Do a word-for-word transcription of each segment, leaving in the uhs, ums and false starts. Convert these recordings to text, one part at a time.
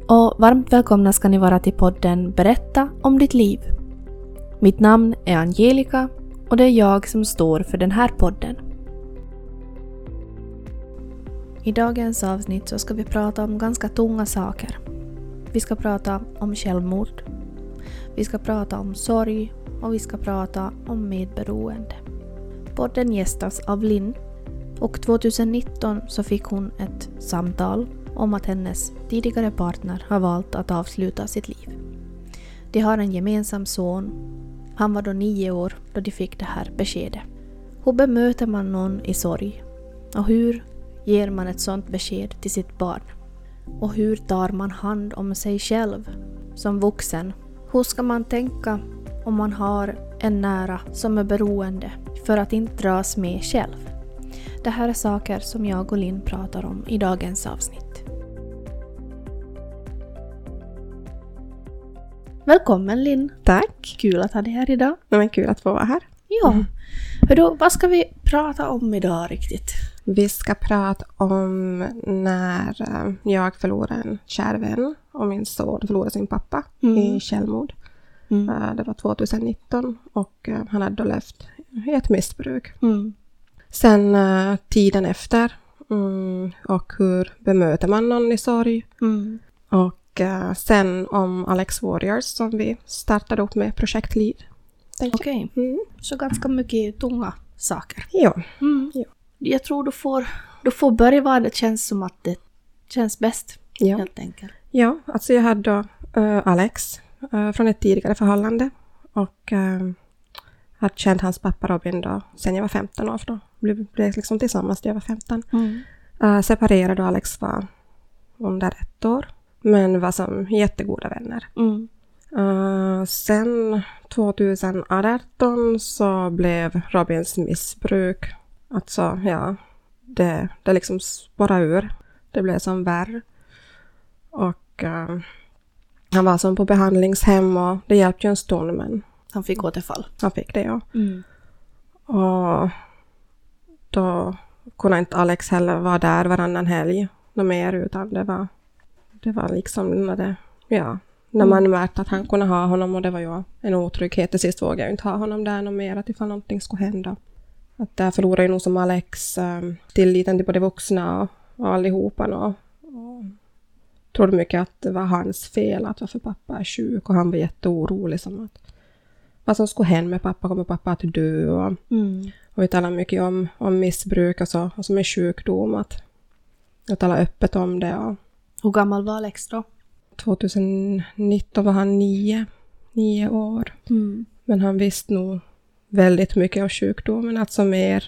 och varmt välkomna ska ni vara till podden Berätta om ditt liv. Mitt namn är Angelica och det är jag som står för den här podden. I dagens avsnitt så ska vi prata om ganska tunga saker. Vi ska prata om självmord, vi ska prata om sorg och vi ska prata om medberoende. Podden gästas av Linn och tjugonitton så fick hon ett samtal om att hennes tidigare partner har valt att avsluta sitt liv. De har en gemensam son. Han var då nio år då de fick det här beskedet. Hur bemöter man någon i sorg? Och hur ger man ett sådant besked till sitt barn? Och hur tar man hand om sig själv som vuxen? Hur ska man tänka om man har en nära som är beroende för att inte dras med själv? Det här är saker som jag och Linn pratar om i dagens avsnitt. Välkommen Linn. Tack. Kul att ha dig här idag. Det var kul att få vara här. Ja. Mm. Då, vad ska vi prata om idag riktigt? Vi ska prata om när jag förlorade en kär vän och min son förlorade sin pappa mm. i självmord. Mm. Det var tjugonitton och han hade då levt i ett missbruk. Mm. Sen uh, tiden efter mm, och hur bemöter man någon i sorg. Mm. Och uh, sen om Alex Warriors som vi startade upp med projektliv. Okej, okay. mm. Så ganska mycket tunga saker. Ja. Mm. ja. Jag tror du får, du får börja vad det känns som att det känns bäst. Ja, helt enkelt. Ja, alltså jag hade då uh, Alex uh, från ett tidigare förhållande och uh, hade känt hans pappa Robin då sen jag var femton år. Då blev, blev liksom tillsammans när jag var femton. Mm. Uh, separerade och Alex var under ett år. Men var som jättegoda vänner. Mm. Uh, sen tjugoarton så blev Robins missbruk. Alltså ja, det, det liksom spårade ur. Det blev som värre. Och uh, han var som på behandlingshem och det hjälpte ju en stund men han fick återfall. Han fick det, ja. Mm. Och då kunde inte Alex heller vara där varannan helg något mer utan det var, det var liksom när, det, ja, när man mm. märkte att han kunde ha honom och det var ju en otrygghet. Till sist vågade jag inte ha honom där något mer att ifall någonting skulle hända. Att där förlorade jag nog som Alex um, tilliten till både vuxna och, och allihopa och, och trodde mycket att det var hans fel att varför pappa är sjuk och han var jätteorolig som att vad som skulle hända med pappa, kommer pappa att dö och, mm. och vi talar mycket om, om missbruk och så, och som är sjukdom att jag talar öppet om det. Och hur gammal var Alex då? tjugonitton var han nio, nio år. Mm. Men han visste nog väldigt mycket av sjukdomen, alltså mer,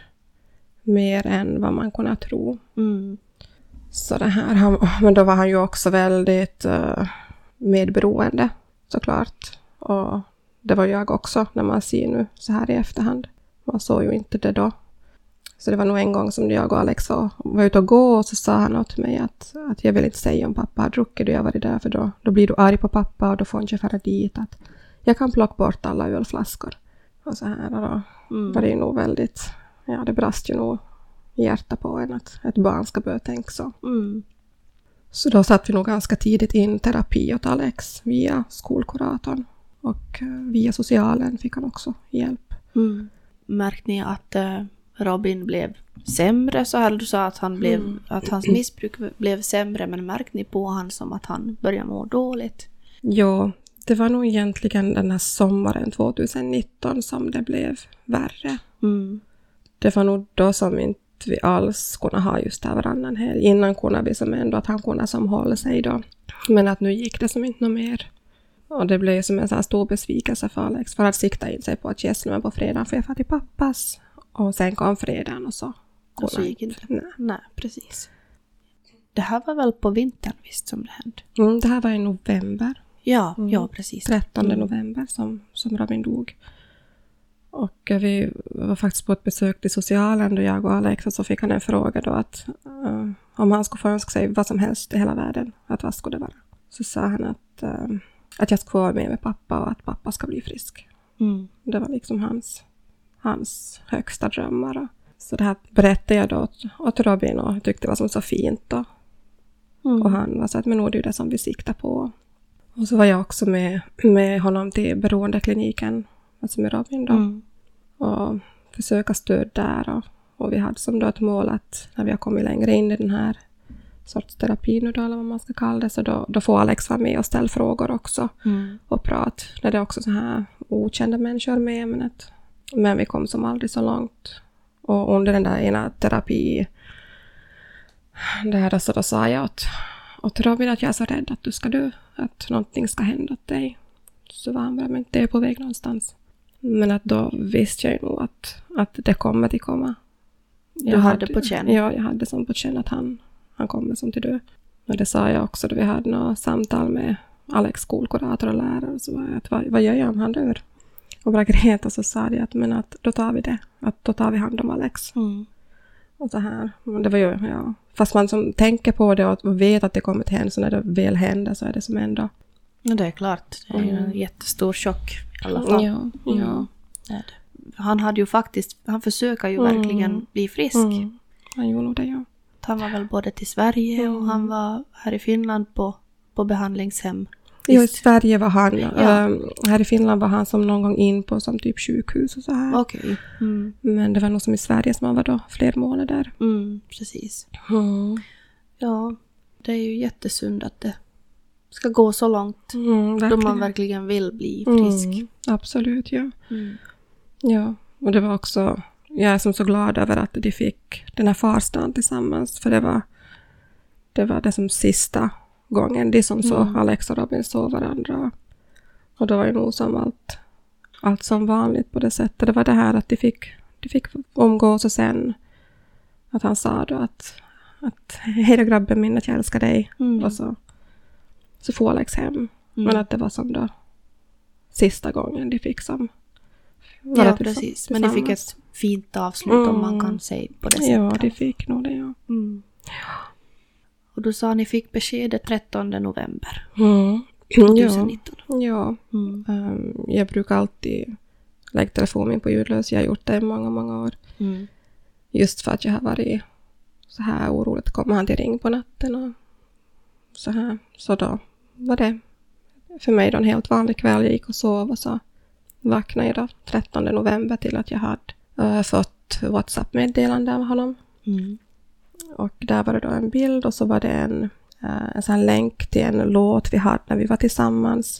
mer än vad man kunde tro. Mm. Så det här, han, men då var han ju också väldigt uh, medberoende såklart. Och det var jag också när man ser nu så här i efterhand. Man såg ju inte det då. Så det var nog en gång som jag och Alex var, var ute och gå och så sa han åt mig att, att jag vill inte säga om pappa har druckit då jag varit där för då, då blir du arg på pappa och då får inte fara dit. Att jag kan plocka bort alla ölflaskor. Och så här och då mm. var det ju nog väldigt, ja det brast ju nog hjärta på en att ett barn ska börja tänka så. Mm. Så då satt vi nog ganska tidigt in terapi åt Alex via skolkuratorn. Och via socialen fick han också hjälp. Mm. Märkte ni att uh, Robin blev sämre så här? Du sa att, han blev, mm. att hans missbruk blev sämre. Men märkte ni på han som att han började må dåligt? Ja, det var nog egentligen den här sommaren tjugonitton som det blev värre. Mm. Det var nog då som inte vi alls kunde ha just där varannan helg. Innan kunde vi som ändå att han kunde som hålla sig då. Men att nu gick det som inte något mer. Och det blev som en sån stor besvikelse för Alex. För att sikta in sig på att yes, nu på fredagen får jag få till pappas. Och sen kom fredagen och så. Och så gick inte. Nej. Nej, precis. Det här var väl på vintern visst som det hände? Mm, det här var i november. Ja, mm. ja precis. trettonde november som, som Robin dog. Och vi var faktiskt på ett besök till socialen då jag och Alex och så fick han en fråga då att uh, om han skulle få önska sig vad som helst i hela världen. Att vad skulle det vara? Så sa han att uh, att jag ska vara med med pappa och att pappa ska bli frisk. Mm. Det var liksom hans, hans högsta drömmar. Så det här berättade jag då åt, åt Robin och tyckte det var som så fint. Och, Mm. Och han var så att men nog är det det som vi siktar på. Och så var jag också med, med honom till beroendekliniken, alltså med Robin då. Mm. Och försöka stöd där. Och, och vi hade som då ett mål att när vi har kommit längre in i den här sorts terapi nu då, eller vad man ska kalla det, så då, då får Alex vara med och ställa frågor också. Mm. Och prata. När det är också så här okända människor med. Men, att, men vi kom som aldrig så långt. Och under den där ena terapi det här så då sa jag åt, åt Robin att jag är så rädd att du ska dö. Att någonting ska hända åt dig. Så var han bara, men det är på väg någonstans. Men att då visste jag ju nog att, att det kommer att komma. Jag du hade, hade på känn? Ja, jag hade som på känn att han, han kommer som till dö. Och det sa jag också då vi hade något samtal med Alex skolkurator och lärare. Så var jag att, vad, vad gör jag om han dör? Och bara grät och så sa jag att, men att då tar vi det. Att då tar vi hand om Alex. Mm. Och så här. Det var ju, ja. Fast man som tänker på det och vet att det kommer till hända, så när det väl händer så är det som ändå. Ja, det är klart. Det är ju en jättestor chock i alla fall. Ja, mm. ja. Det är det. Han hade ju faktiskt, han försöker ju mm. verkligen bli frisk. Mm. Han gjorde nog det, ja. Han var väl både till Sverige mm. och han var här i Finland på, på behandlingshem. Ja, i Sverige var han. Ja. Um, här i Finland var han som någon gång in på som typ sjukhus och så här. Okej. Okay. Mm. Men det var nog som i Sverige som han var då fler månader. Mm, precis. Mm. Ja, det är ju jättesynd att det ska gå så långt. Mm, då man verkligen vill bli frisk. Mm, absolut, ja. Mm. Ja, och det var också, jag är som så glad över att de fick den här farsdagen tillsammans. För det var det var det som sista gången de som så mm. Alex och Robin såg varandra. Och då var ju nog som allt, allt som vanligt på det sättet. Det var det här att de fick, de fick omgås och sen att han sa då att, att hej då grabben min, att jag älskar dig. Mm. Och så, så får Alex hem. Mm. Men att det var som då sista gången de fick som. Ja, precis. Men de fick ett fint avslut mm. om man kan säga på det sättet. Ja, de fick nog det, ja. Mm. Ja. Och du sa att ni fick beskedet trettonde november mm. tjugonitton. Ja, ja. Mm. Um, jag brukar alltid lägga telefonen på ljudlös. Jag har gjort det i många, många år. Mm. Just för att jag har varit så här oroligt. Kommer han till ring på natten och så här. Så då var det för mig då en helt vanlig kväll. Jag gick och sov och så vaknade jag då trettonde november till att jag hade uh, fått WhatsApp-meddelande av honom. Mm. Och där var det då en bild och så var det en, uh, en sån länk till en låt vi hade när vi var tillsammans.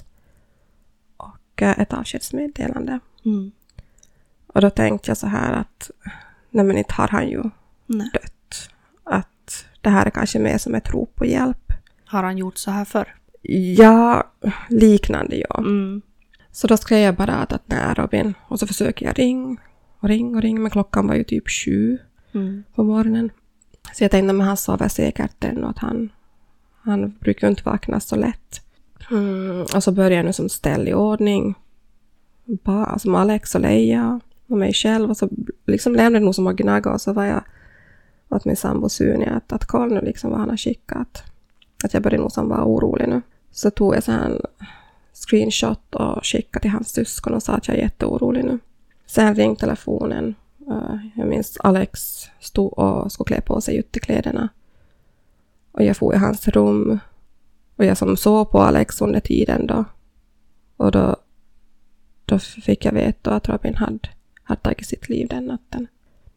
Och uh, ett avskedsmeddelande. Mm. Och då tänkte jag så här att nej men inte har han ju nej. dött. Att det här är kanske mer som ett rop på hjälp. Har han gjort så här förr? Ja, liknande ja. Mm. Så då skrev jag bara att, att nej Robin. Och så försöker jag ring och ring och ring. Men klockan var ju typ sju mm. på morgonen. Så jag tänkte, men han sover säkert än och att han, han brukar inte vakna så lätt. Mm. Och så började jag nu som ställ i ordning. Bara som Alex och Leia och mig själv. Och så liksom lämnade det nog som att gnagga. Och så var jag åt min sambo Suni att, att kolla nu liksom vad han har skickat. Att jag började nog som var orolig nu. Så tog jag så här en screenshot och skickade till hans syskon och sa att jag är jätteorolig nu. Sen ringde telefonen. Uh, jag minns Alex stod och skulle klä på sig utekläderna. Och jag får i hans rum. Och jag som såg på Alex under tiden då. Och då, då fick jag veta att Robin hade, hade tagit sitt liv den natten.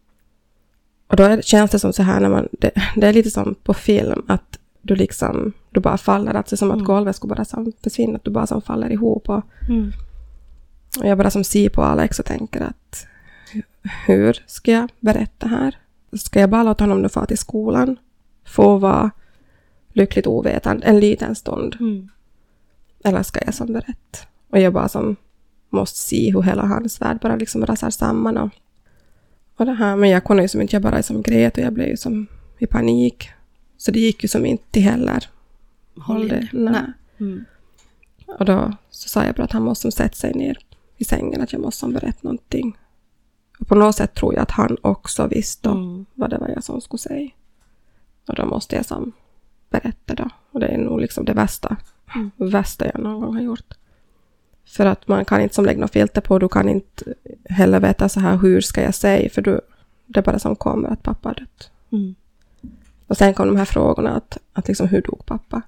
Och då är det, känns det som så här när man, det, det är lite som på film att du liksom, du bara faller, alltså som att mm. golvet ska bara som försvinna, att du bara som faller ihop. Och, mm. och jag bara som ser på Alex och tänker att hur ska jag berätta här? Ska jag bara låta honom nu få till skolan? Få vara lyckligt ovetande en liten stund? Mm. Eller ska jag som berätta? Och jag bara som måste se hur hela hans värld bara liksom rasar samman. Och, och det här, men jag kunde ju som inte, jag bara som grät och jag blev ju som i panik. Så det gick ju som inte heller. Håll det. Nej. Mm. Och då så sa jag bara att han måste sätta sig ner i sängen. Att jag måste berätta någonting. Och på något sätt tror jag att han också visste mm. vad det var jag som skulle säga. Och då måste jag som berätta då. Och det är nog liksom det värsta. Mm. värsta jag någon gång har gjort. För att man kan inte som lägga något filter på. Du kan inte heller veta så här hur ska jag säga. För du, det är bara som kommer att pappa har dött. Mm. Och sen kom de här frågorna att, att liksom, hur dog pappa?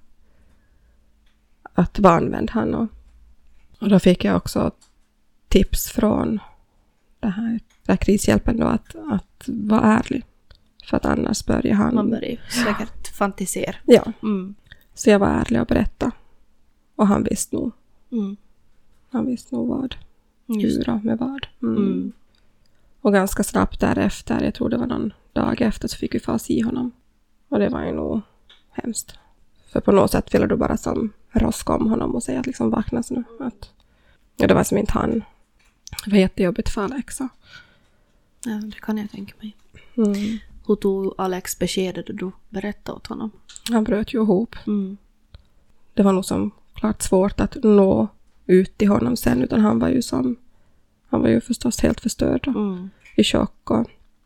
Att vad använde han? Och, och då fick jag också tips från det här, det här krishjälpen då, att, att vara ärlig. För att annars börjar han... Man börjar säkert fantisera. Ja. Mm. Så jag var ärlig och berättade. Och han visste nog. Mm. Han visste nog vad. Just. Hur och med vad. Mm. Mm. Och ganska snabbt därefter, jag tror det var någon dag efter, så fick vi få se honom. Och det var ju nog hemskt. För på något sätt ville du bara som roska om honom och säga att liksom vakna nu. Att, ja, det var som inte han. Det var jättejobbigt för Alex. Så. Ja, det kan jag tänka mig. Mm. Hur tog Alex beskedet då du berättade åt honom? Han bröt ju ihop. Mm. Det var nog som klart svårt att nå ut till honom sen, utan han var ju som han var ju förstås helt förstörd och Mm. i chock och,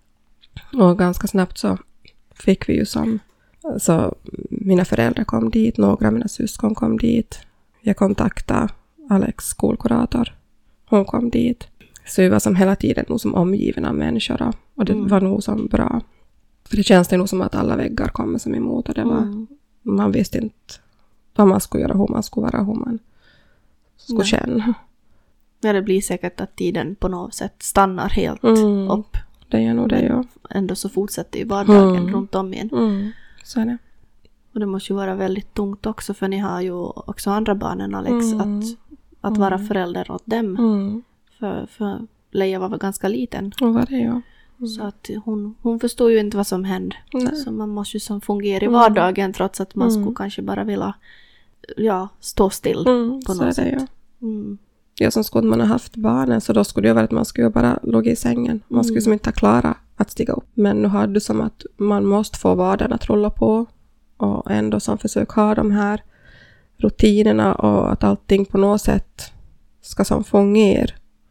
och ganska snabbt så fick vi ju som alltså mina föräldrar kom dit, några av mina syskon kom dit. Jag kontaktade Alex skolkurator. Hon kom dit. Så vi var som hela tiden nog som omgivna människor då. Och det Mm. var nog som bra. För det känns det nog som att alla väggar kommer som emot och det var Mm. man visste inte vad man skulle göra, hur man skulle vara, hur man skulle Nej. känna. Ja, det blir säkert att tiden på något sätt stannar helt Mm. upp. Det är nog det, ja. Ändå så fortsätter ju vardagen Mm. runt om igen. Mm. Så är det. Och det måste ju vara väldigt tungt också, för ni har ju också andra barnen, Alex, Mm. att, att Mm. vara förälder åt dem. Mm. För, för Leia var väl ganska liten. Och vad det är, ja. Så att hon, hon förstod ju inte vad som hände. Nej. Så man måste ju som fungera i Mm. vardagen trots att man Mm. skulle kanske bara vilja ja, stå still Mm. på Så något är det, sätt. ja. Mm. Ja, som skulle man ha haft barnen så då skulle det vara att man skulle bara ligga i sängen. Man skulle Mm. som inte klara att stiga upp. Men nu har du som att man måste få vardagen att rulla på och ändå som försök ha de här rutinerna och att allting på något sätt ska som fungera.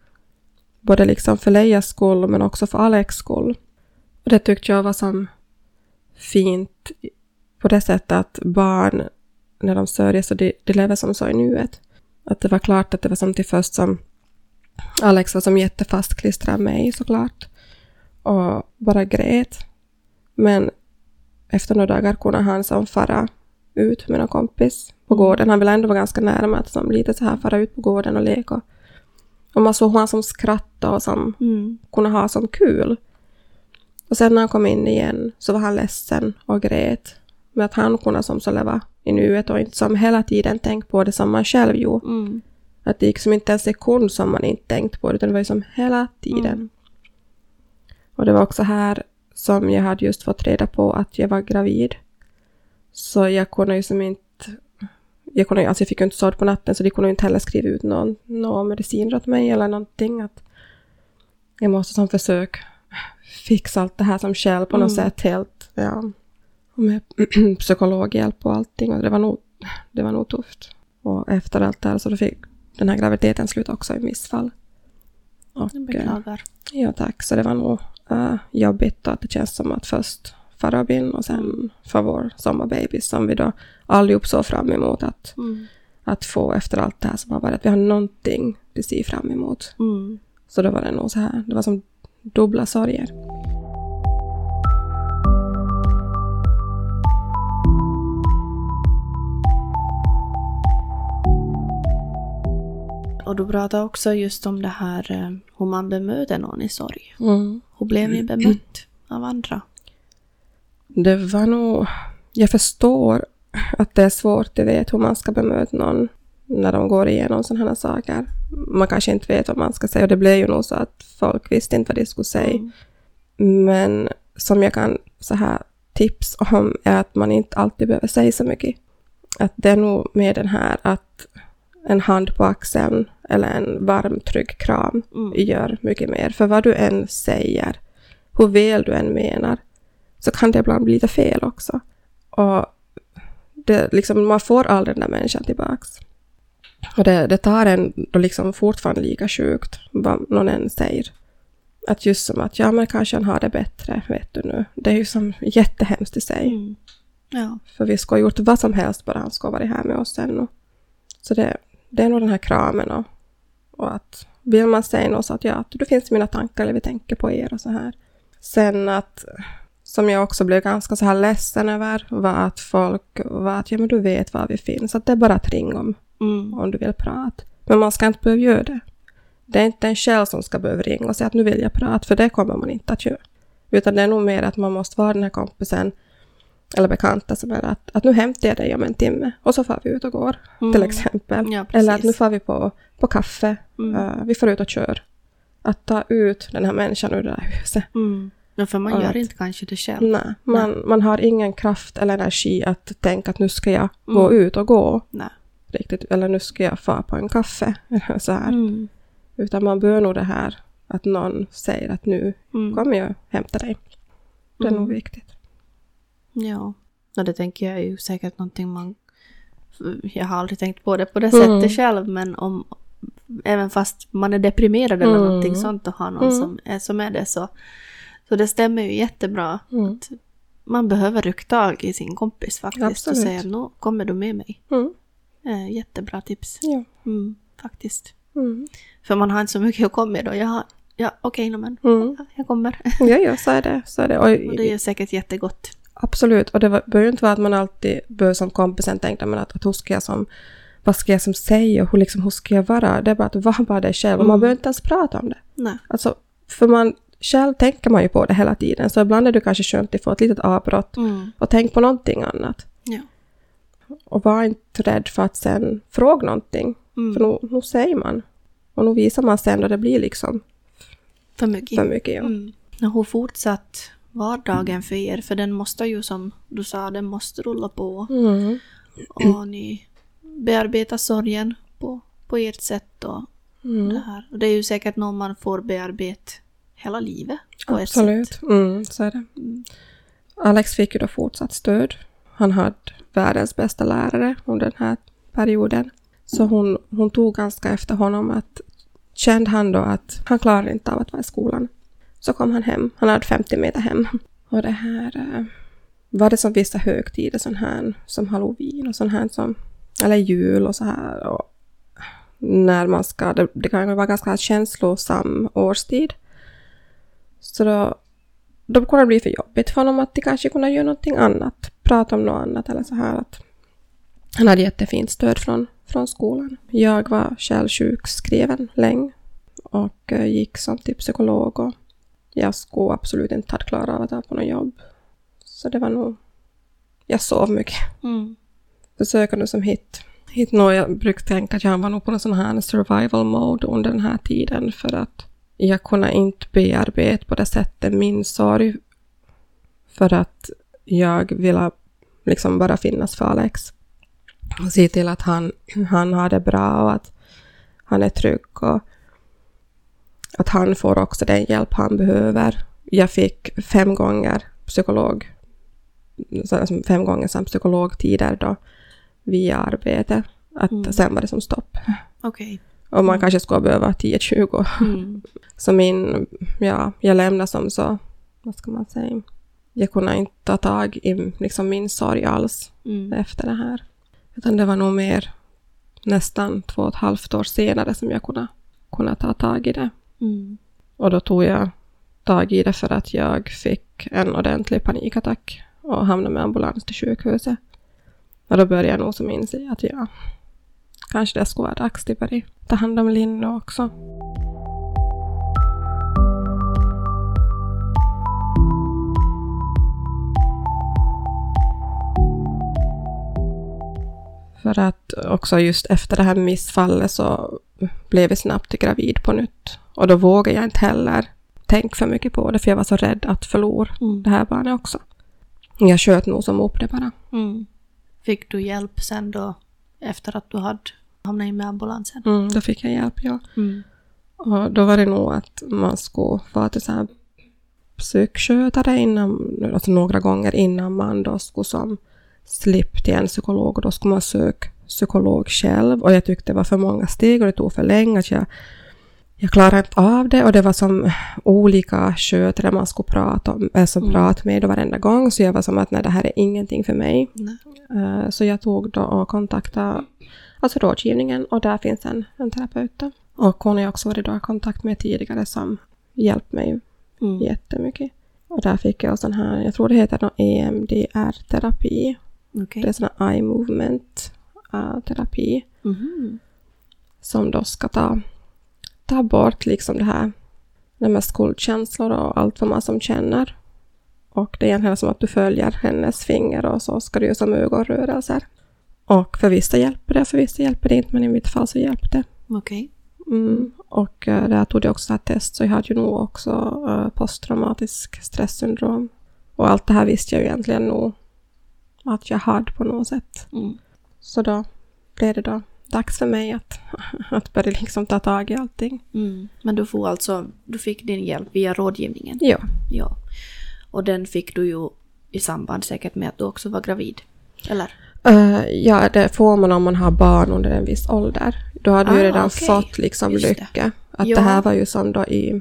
Både liksom för Leias skull men också för Alex skull. Och det tyckte jag var som fint på det sättet att barn när de sörjer så de, de lever som så i nuet. Att det var klart att det var som till först som Alex var som jättefastklistrad mig såklart. Och bara grät. Men efter några dagar kunde han som fara ut med en kompis på gården. Han ville ändå vara ganska nära med att som lite så här fara ut på gården och leka. Och man såg han som skrattade och som Mm. kunde ha som kul. Och sen när han kom in igen så var han ledsen och grät. Med att han kunde som så leva i nuet och inte som hela tiden tänkt på det som man själv gjorde. Mm. Att det gick som inte en sekund som man inte tänkt på det, utan det var ju som hela tiden. Mm. Och det var också här som jag hade just fått reda på att jag var gravid. Så jag kunde ju som inte... Jag, kunde, alltså jag fick ju inte sova på natten så de kunde ju inte heller skriva ut någon, någon medicin åt mig eller någonting. Att jag måste som försök fixa allt det här som själv på något Mm. sätt helt... Ja, med psykologhjälp och allting. Och det var nog, det var nog tufft. Och efter allt det här så då fick den här graviditeten slut också i missfall. Och, Jag beklagar. ja, tack. Så det var nog uh, jobbigt att det känns som att först Farabin och sen för vår sommarbaby som vi då allihop såg fram emot att, Mm. att få efter allt det här som har varit. Att vi har någonting att se fram emot. Mm. Så då var det nog så här. Det var som dubbla sorger. Och du pratade också just om det här eh, hur man bemöter någon i sorg. Mm. Hur blev ni bemött av andra? Det var nog... Jag förstår att det är svårt. Jag vet hur man ska bemöta någon när de går igenom sådana här saker. Man kanske inte vet vad man ska säga. Och det blev ju nog så att folk visste inte vad de skulle säga. Mm. Men som jag kan så här tips om är att man inte alltid behöver säga så mycket. Att det är nog med den här att en hand på axeln eller en varm, trygg kram Mm. gör mycket mer. För vad du än säger, hur väl du än menar, så kan det ibland bli lite fel också. Och det, liksom, man får aldrig den där människan tillbaks. Och det, det tar en då liksom fortfarande lika sjukt vad någon än säger. Att just som att, ja men kanske han har det bättre, vet du nu. Det är ju som jättehemskt i sig. Mm. Ja. För vi ska ha gjort vad som helst bara han ska vara här med oss ännu. Så det, det är nog den här kramen och, och att vill man säga något så att ja, då finns det mina tankar eller vi tänker på er och så här. Sen att som jag också blev ganska så här ledsen över var att folk var att ja men du vet var vi finns. Att det är bara att ringa om, mm. om du vill prata. Men man ska inte behöva göra det. Det är inte en själv som ska behöva ringa och säga att nu vill jag prata. För det kommer man inte att göra. Utan det är nog mer att man måste vara den här kompisen eller bekanta som är att, att nu hämtar jag dig om en timme. Och så får vi ut och går mm. till exempel. Ja, eller att nu får vi på, på kaffe. Mm. Uh, vi får ut och kör. Att ta ut den här människan ur det här huset. Mm. Ja, för man och gör att, inte kanske det själv. Nej, man, nej. man har ingen kraft eller energi att tänka att nu ska jag mm. gå ut och gå. Nej. Riktigt, eller nu ska jag få på en kaffe. Så här. Mm. Utan man bör nog det här att någon säger att nu mm. kommer jag hämta dig. Det är mm. nog viktigt. Ja, och det tänker jag är ju säkert någonting man... Jag har aldrig tänkt på det på det mm. sättet själv, men om även fast man är deprimerad eller mm. någonting sånt och har någon mm. som, är, som är det så, så det stämmer ju jättebra mm. att man behöver rycka tag i sin kompis faktiskt. Absolut. Och säga, nu kommer du med mig. Mm. Eh, jättebra tips. Ja. Mm, faktiskt. Mm. För man har inte så mycket att komma med då. Jag har, ja, okej, okay, men mm. jag kommer. Ja, ja, så är det. Så är det. Och, och det är säkert jättegott. Absolut, och det var, bör ju inte vara att man alltid bör som kompisen tänka men att, att hur ska jag som, vad ska jag som säga och hur, liksom, hur ska jag vara? Det är bara att vara bara dig själv och mm. man behöver inte ens prata om det. Nej. Alltså, för man själv tänker man ju på det hela tiden så ibland är det kanske skönt att få ett litet avbrott mm. och tänk på någonting annat. Ja. Och var inte rädd för att sen fråga någonting. Mm. För nu, nu säger man. Och nu visar man sen och det blir liksom för mycket. För mycket ja. Mm. Och hur fortsatt vardagen för er? För den måste ju, som du sa, den måste rulla på. Mm. Och ni bearbetar sorgen på, på ert sätt. Och mm. det här. Och det är ju säkert någon man får bearbeta hela livet på Absolut. ett sätt. Mm, så är det. Mm. Alex fick ju då fortsatt stöd. Han hade världens bästa lärare under den här perioden. Så hon, hon tog ganska efter honom att kände han då att han klarade inte av att vara i skolan. Så kom han hem. Han hade femtio meter hem. Och det här äh, var det som vissa högtider sån här som Halloween och sån här som eller jul och så här och när man ska det, det kan ju vara ganska känslosam årstid. Så då då kunde det bli för jobbigt för honom att de kanske kunde göra någonting annat, prata om något annat eller så här att han hade jättefint stöd från från skolan. Jag var själv sjukskriven länge och äh, gick som till psykolog och jag skulle absolut inte ha klarat av att ha på något jobb. Så det var nog... Jag sov mycket. Mm. Försöker nu som hit. Hit nå, jag brukar tänka att jag var nog på en sån här survival mode under den här tiden. För att jag kunde inte bearbeta på det sättet min sorg. För att jag ville liksom bara finnas för Alex. Och se till att han, han har det bra och att han är trygg och att han får också den hjälp han behöver. Jag fick fem gånger psykolog, fem gånger som psykologtider då via arbete. Att mm. sen var det som stopp. Okej. Okay. Och man mm. kanske ska behöva tio till tjugo. Mm. Så min, ja, jag lämnade som så, vad ska man säga? Jag kunde inte ta tag i liksom min sorg alls mm. efter det här. Utan det var nog mer nästan två och ett halvt år senare som jag kunde, kunde ta tag i det. Mm. Och då tog jag tag i det för att jag fick en ordentlig panikattack och hamnade med ambulans till sjukhuset. Och då började jag nog som inse att jag kanske det skulle vara dags att börja ta hand om Linne också. För att också just efter det här missfallet så blev jag snabbt gravid på nytt. Och då vågade jag inte heller tänka för mycket på det. För jag var så rädd att förlora mm. det här barnet också. Jag sköt nog som upp det bara. Mm. Fick du hjälp sen då efter att du hade hamnat in med ambulansen? Mm, då fick jag hjälp, ja. Mm. Och då var det nog att man skulle vara till så här psykskötare innan, alltså några gånger innan man då skulle som slipp till en psykolog och då skulle man söka psykolog själv och jag tyckte det var för många steg och det tog för länge att jag, jag klarade inte av det och det var som olika skötare man skulle prata om, äh, som mm. prata med då varenda gång så jag var som att nej, det här är ingenting för mig. Uh, så jag tog då och kontaktade alltså rådgivningen och där finns en, en terapeut då. Och hon har också varit då i kontakt med tidigare som hjälpt mig mm. jättemycket. Och där fick jag sån här, jag tror det heter någon E M D R-terapi. Okay. Det är sån här eye movement uh, terapi. Mm-hmm. Som då ska ta, ta bort liksom det här med skuldkänslor och allt vad man som känner. Och det är egentligen som att du följer hennes finger och så ska du göra som ögonrörelser. Och för vissa hjälper det, för vissa hjälper det inte, men i mitt fall så hjälper det. Okej. Okay. Mm, och uh, där tog jag också ett test, så jag hade ju nog också uh, posttraumatisk stresssyndrom. Och allt det här visste jag ju egentligen nog att jag hade på något sätt. Mm. Så då blev det då dags för mig att, att börja liksom ta tag i allting. Mm. Men du får alltså, du fick din hjälp via rådgivningen? Ja. Ja. Och den fick du ju i samband säkert med att du också var gravid, eller? Uh, ja, det får man om man har barn under en viss ålder. Då hade ah, du redan okay. fått liksom lycka. Att ja. Det här var ju som då i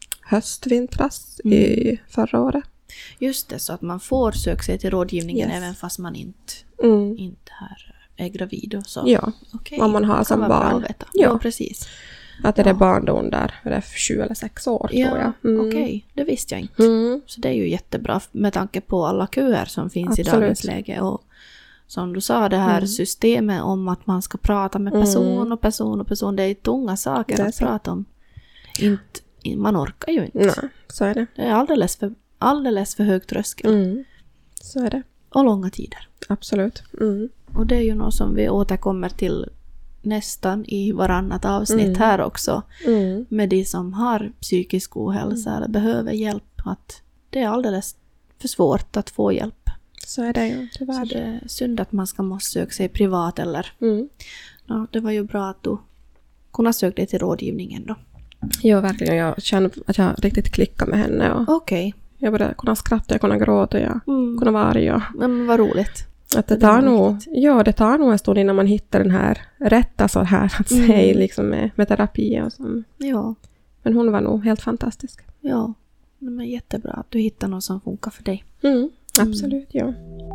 höstvintras mm. i förra året. Just det, så att man får söka sig till rådgivningen yes. även fast man inte, mm. inte här är gravid och så. Ja, okay. om man har som barn. Ja. ja, precis. Att det ja. är barn då under sju eller sex år, ja, tror jag. Mm. Okej, okay. Det visste jag inte. Mm. Så det är ju jättebra med tanke på alla köer som finns Absolut. I dagens läge. Och som du sa, det här mm. systemet om att man ska prata med person mm. och person och person. Det är tunga saker att så. prata om. Inte, man orkar ju inte. Nej, så är det. Det är alldeles för, alldeles för hög tröskel. Mm. Så är det. Och långa tider. Absolut. Mm. Och det är ju något som vi återkommer till nästan i varannat avsnitt mm. här också. Mm. Med de som har psykisk ohälsa mm. eller behöver hjälp. Att det är alldeles för svårt att få hjälp. Så är det ju, tyvärr. Så det är synd att man ska måste söka sig privat eller... Mm. Ja, det var ju bra att du kunde söka dig till rådgivningen då. Ja, verkligen. Jag känner att jag riktigt klickar med henne. Okej. Okay. Jag började kunna skratta, jag kunde gråta, jag mm. kunde vara arg. Och... Men vad roligt. Att det, det tar nog, ja, det tar nog en stund innan man hittar den här rätta så här att mm. säga liksom med, med terapi och så. Ja. Men hon var nog helt fantastisk. Ja, men jättebra att du hittar något som funkar för dig. Mm. Absolut, mm. ja.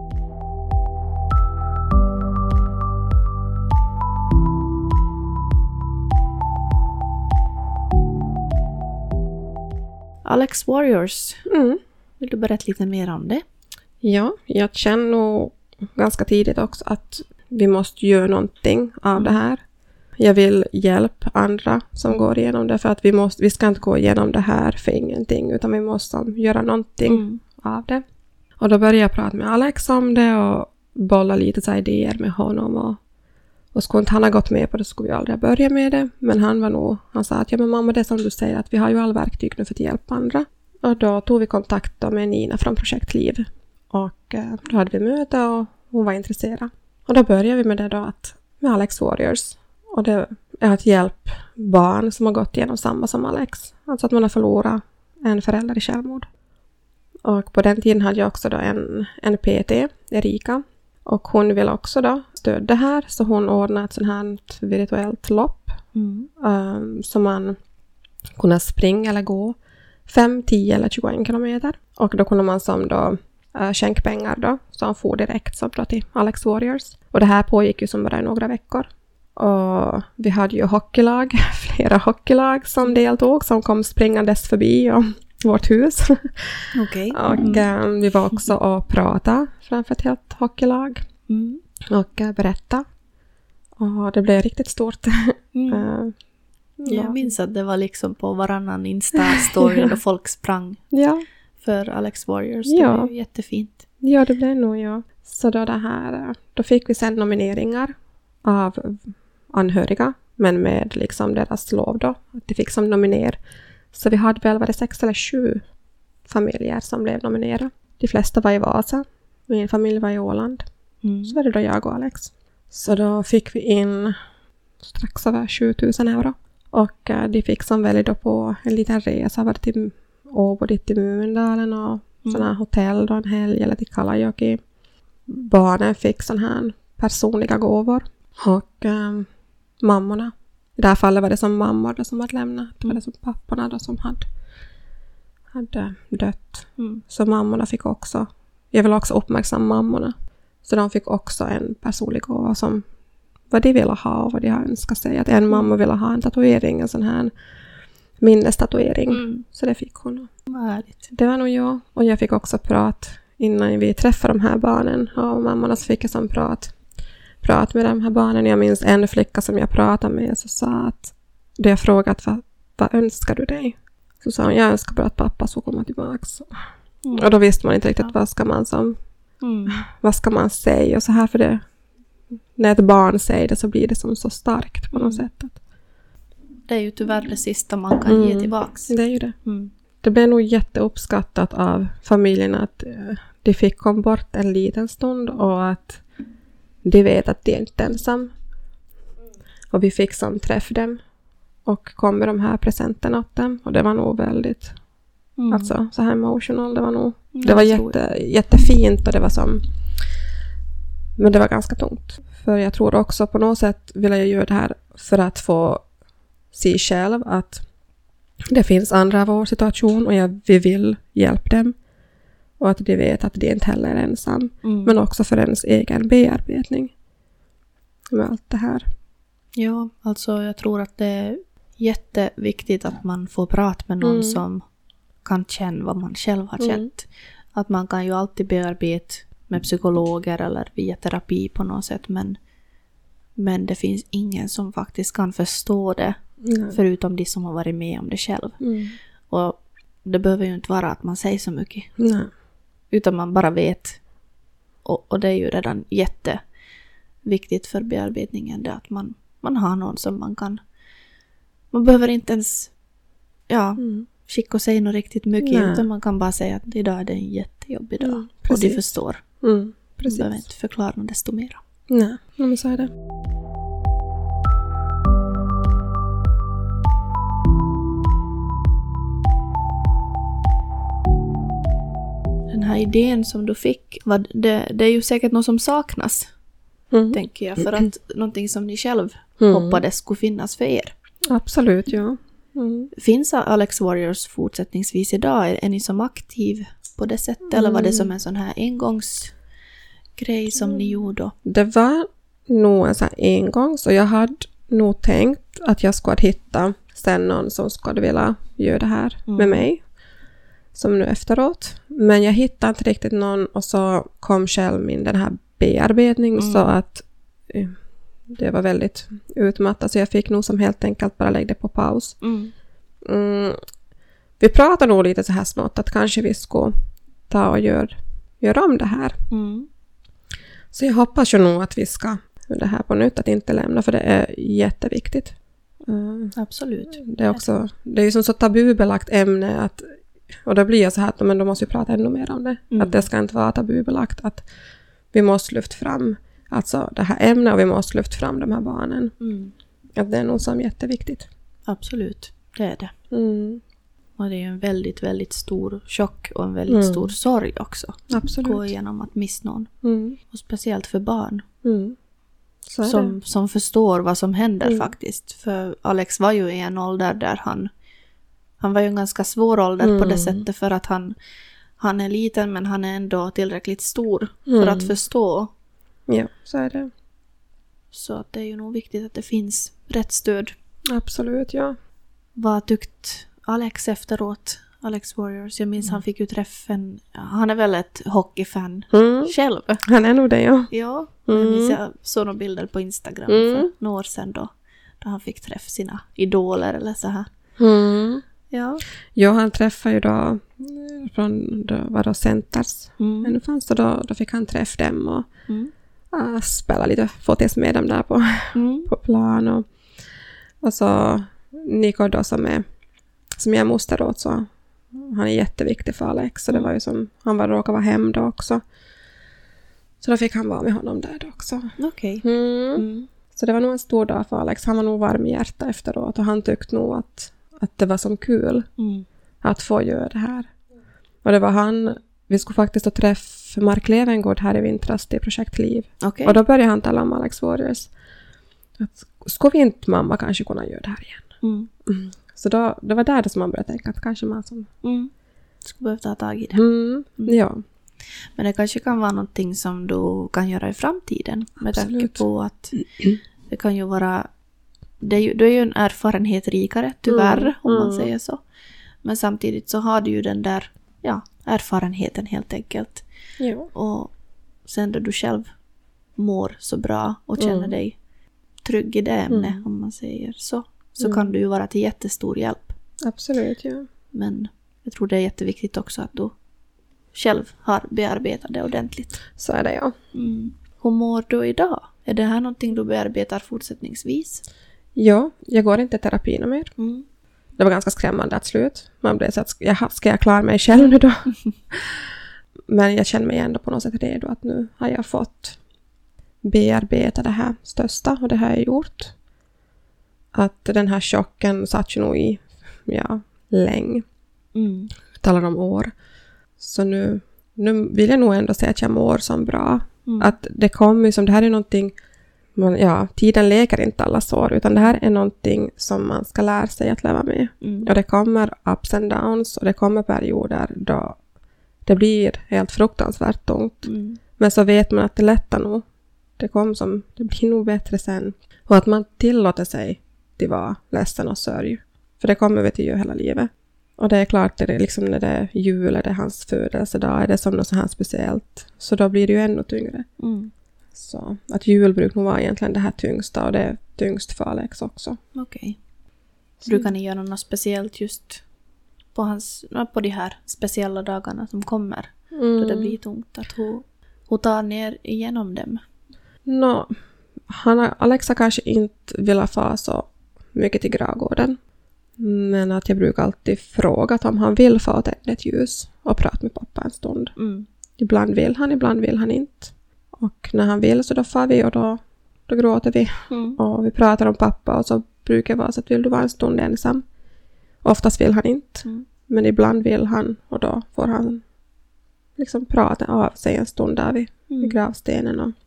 Alex Warriors. Mm. Vill du berätta lite mer om det? Ja, jag känner nog ganska tidigt också att vi måste göra någonting av mm. det här. Jag vill hjälpa andra som går igenom det, för att vi, måste, vi ska inte gå igenom det här för ingenting, utan vi måste göra någonting mm. av det. Och då började jag prata med Alex om det och bolla lite så idéer med honom. Och, och skulle inte han ha gått med på det så skulle vi aldrig börja med det. Men han var nog, han sa att ja men mamma, det är som du säger att vi har ju all verktyg nu för att hjälpa andra. Och då tog vi kontakt då med Nina från Projekt Liv. Och eh, då hade vi möte och hon var intresserad. Och då började vi med det då att, med Alex Warriors. Och det är att hjälpa barn som har gått igenom samma som Alex. Alltså att man har förlorat en förälder i självmord. Och på den tiden hade jag också då en, en P T, Erika. Och hon vill också då stödja det här. Så hon ordnade ett sånt här virtuellt lopp. Mm. Um, som man kunde springa eller gå fem, tio eller tjugoen kilometer. Och då kunde man som då uh, skänka pengar då. Så han får direkt som då till Alex Warriors. Och det här pågick ju som bara i några veckor. Och vi hade ju hockeylag, flera hockeylag som deltog. Som kom springandes förbi och vårt hus. Okay. Och mm. um, vi var också och pratade framför ett helt hockeylag. Mm. Och uh, berätta. Och det blev riktigt stort. Mm. uh, Jag minns att det var liksom på varannan Insta-story ja. Då folk sprang ja. för Alex Warriors. Ja. Det var ju jättefint. Ja, det blev nog, ja. Så då det här, då fick vi sen nomineringar av anhöriga. Men med liksom deras lov då. Att de fick som nominer. Så vi hade väl, var det sex eller sju familjer som blev nominerade. De flesta var i Vasa. Min familj var i Åland. Mm. Så var det då jag och Alex. Så då fick vi in strax över sjutusen euro. Och uh, de fick som väldigt då på en liten resa. Var det till Åbo, dit till Mumindalen och mm. sådana hotell då en helg eller till Kalajoki. Barnen fick sån här personliga gåvor. Och um, mammorna. I det här fallet var det som mammor då som hade lämnat. Det var det som papporna då som hade, hade dött. Mm. Så mammorna fick också, jag vill också uppmärksamma mammorna. Så de fick också en personlig gåva som vad de ville ha och vad de har önskat sig. Att en mamma ville ha en tatuering, en sån här minnestatuering. Mm. Så det fick hon. Vad härligt. Det var nog jag. Och jag fick också prat innan vi träffade de här barnen. Och mammorna fick jag som prat. Prat med de här barnen. Jag minns en flicka som jag pratade med. Så sa att, då jag frågat vad, vad önskar du dig? Så sa hon, jag önskar bara att pappa ska komma tillbaka. Mm. Och då visste man inte riktigt, ja. vad ska man som... Mm. Vad ska man säga? Och så här, för det... När ett barn säger det så blir det som så starkt på något mm. sätt. Det är ju tyvärr det sista man kan mm. ge tillbaks. Det är ju det. Mm. Det blev nog jätteuppskattat av familjen att uh, de fick komma bort en liten stund och att de vet att de är inte ensam. Och vi fick som träff dem och kom med de här presenterna åt dem. Och det var nog väldigt mm. alltså, så här emotional. Det var nog mm, det var jätte, jättefint och det var som... Men det var ganska tungt. För jag tror också på något sätt vill jag göra det här för att få se själv att det finns andra i vår situation och jag, vi vill hjälpa dem. Och att de vet att de inte heller är ensam. Mm. Men också för ens egen bearbetning. Med allt det här. Ja, alltså jag tror att det är jätteviktigt att man får prata med någon mm. som kan känna vad man själv har känt. Mm. Att man kan ju alltid bearbeta med psykologer eller via terapi på något sätt. Men, men det finns ingen som faktiskt kan förstå det. Mm. Förutom de som har varit med om det själv. Mm. Och det behöver ju inte vara att man säger så mycket. Mm. Utan man bara vet. Och, och det är ju redan jätteviktigt för bearbetningen. Det att man, man har någon som man kan... Man behöver inte ens ja, mm. skicka och säga något riktigt mycket. Nej. Utan man kan bara säga att idag är det en jättejobbig dag. Mm, och de förstår. Mm, man behöver inte förklara något desto mer. Nej, men så är det. Den här idén som du fick, vad, det, det är ju säkert något som saknas. Mm. Tänker jag. För att någonting som ni själv mm. hoppades skulle finnas för er. Absolut, ja. Mm. Finns Alex Warriors fortsättningsvis idag? Är, är ni som aktiv på det sättet? Mm. Eller var det som en sån här engångsgrej som mm. ni gjorde då? Det var nog en sån här engångs. Och jag hade nog tänkt att jag skulle hitta sen någon som skulle vilja göra det här mm. med mig. Som nu efteråt. Men jag hittade inte riktigt någon. Och så kom själv min den här bearbetning. Mm. Så att... Det var väldigt utmattat så jag fick nog som helt enkelt bara lägga det på paus. Mm. Mm. Vi pratade nog lite så här smått att kanske vi ska ta och göra gör om det här. Mm. Så jag hoppas ju nog att vi ska göra det här på nytt, att inte lämna, för det är jätteviktigt. Mm. Absolut. Det är också det är ju som så tabubelagt ämne att, och då blir jag så här att men då måste vi prata ännu mer om det. Mm. Att det ska inte vara tabubelagt, att vi måste lyfta fram alltså det här ämnet och vi måste lyfta fram de här barnen. Mm. Att det är nog som jätteviktigt. Absolut, det är det. Mm. Och det är en väldigt, väldigt stor chock och en väldigt mm. stor sorg också. Absolut. Gå igenom att missa någon. Mm. Och speciellt för barn. Mm. Så är som, det. som förstår vad som händer mm. faktiskt. För Alex var ju i en ålder där han... Han var ju en ganska svår ålder mm. på det sättet, för att han, han är liten men han är ändå tillräckligt stor mm. för att förstå. Ja, så är det. Så att det är ju nog viktigt att det finns rätt stöd. Absolut, ja. Vad tyckt Alex efteråt? Alex Warriors. Jag minns mm. han fick ju träffen. Han är väl ett hockeyfan mm. själv. Han är nog det, ja. Ja, mm. jag minns jag såg några bilder på Instagram mm. för några år sedan då. Då han fick träffa sina idoler eller så här. Mm. Ja. Ja, han träffade ju då från då var det Centers. Mm. Men nu fanns det då, då fick han träffa dem och mm. uh, spela lite fotis med dem där på, mm. på plan. Och, och så Nico då som är som jag moster åt, så han är jätteviktig för Alex. Så det var ju som, han var råkade vara hem då också. Så då fick han vara med honom där då också. Okej. Okay. Mm. Mm. Så det var nog en stor dag för Alex. Han var nog varm i hjärta efteråt. Och han tyckte nog att, att det var som kul mm. att få göra det här. Och det var han, vi skulle faktiskt träffa Mark Levengård här i vintras till Projektliv. Okay. Och då började han tala om Alex Warriors. Att, ska vi inte mamma kanske kunna göra det här igen? Mm. Mm. Så då, det var där det som man började tänka att kanske man som... Mm. Skulle behöva ta tag i det. Mm. Mm. Ja. Men det kanske kan vara någonting som du kan göra i framtiden. Med Absolut. tanke på att det kan ju vara det är ju, du är ju en erfarenhet rikare, tyvärr, mm. om man mm. säger så. Men samtidigt så har du ju den där ja, erfarenheten helt enkelt. Jo. Och sen då du själv mår så bra och känner mm. dig trygg i det ämne, mm. om man säger så, så mm. kan du ju vara till jättestor hjälp. Absolut, ja. Men jag tror det är jätteviktigt också att du själv har bearbetat det ordentligt. Så är det, ja. Mm. Hur mår du idag? Är det här någonting du bearbetar fortsättningsvis? Ja, jag går inte i terapi mer. Mm. Det var ganska skrämmande att slut. Man blev så att, jaha, ska jag klara mig själv nu då? Men jag känner mig ändå på något sätt redo att nu har jag fått bearbeta det här största, och det har jag gjort. Att den här chocken satt ju nog i, ja, länge. Mm. Vi talar om år. Så nu, nu vill jag nog ändå säga att jag mår som bra. Mm. Att det kommer som, det här är någonting, man, ja, tiden läker inte alla sår, utan det här är någonting som man ska lära sig att leva med. Mm. Och det kommer ups and downs, och det kommer perioder då det blir helt fruktansvärt tungt. Mm. Men så vet man att det lättar nog. Det kommer som, det blir nog bättre sen. Och att man tillåter sig att vara ledsen och sörj. För det kommer vi till ju hela livet. Och det är klart, det är liksom när det är jul eller det är hans födelsedag, är det som något så här speciellt. Så då blir det ju ännu tyngre. Mm. Så att jul brukar nog vara egentligen det här tyngsta, och det är tyngst för Alex också. Okej. Okay. Brukar ni göra något speciellt just på, hans, på de här speciella dagarna som kommer? Mm. Då det blir tungt. Att hon, hon tar ner igenom dem. No, han har, Alex har kanske inte velat få så mycket till gravgården. Men att jag brukar alltid fråga om han vill få tända ett ljus och prata med pappa en stund. Mm. Ibland vill han, ibland vill han inte. Och när han vill så då far vi, och då, då gråter vi. Mm. Och vi pratar om pappa, och så brukar det vara så att vill du vara en stund ensam. Oftast vill han inte. Mm. Men ibland vill han, och då får han liksom prata av sig en stund där vid, mm. vid gravstenen. Och,